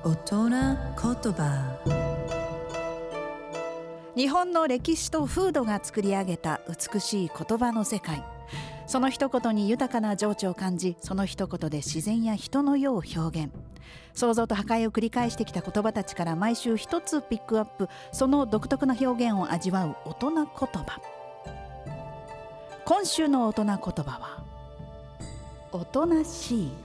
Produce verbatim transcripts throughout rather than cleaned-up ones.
大人言葉。 日本の歴史と風土が作り上げた美しい言葉の世界。その一言に豊かな情緒を感じ、その一言で自然や人の世を表現。創造と破壊を繰り返してきた言葉たちから毎週一つピックアップ、その独特な表現を味わう大人言葉。今週の大人言葉はおとなしい。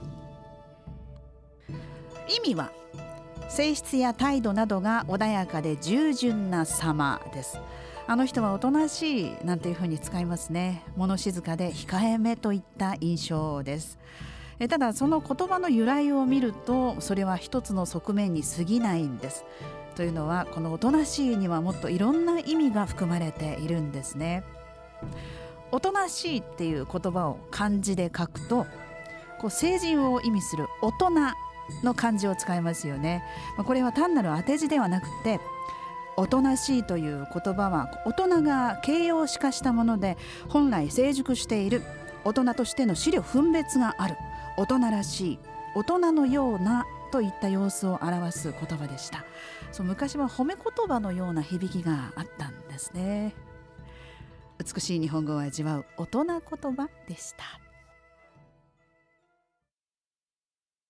意味は性質や態度などが穏やかで従順な様です。あの人はおとなしいなんていうふうに使いますね。物静かで控えめといった印象です。えただその言葉の由来を見ると、それは一つの側面に過ぎないんです。というのは、このおとなしいにはもっといろんな意味が含まれているんですね。おとなしいっていう言葉を漢字で書くと、こう成人を意味する大人の漢字を使いますよね。これは単なる当て字ではなくて、おとなしいという言葉は大人が形容詞化したもので、本来成熟している大人としての思慮分別がある、大人らしい、大人のようなといった様子を表す言葉でした。そう、昔は褒め言葉のような響きがあったんですね。美しい日本語を味わう大人言葉でした。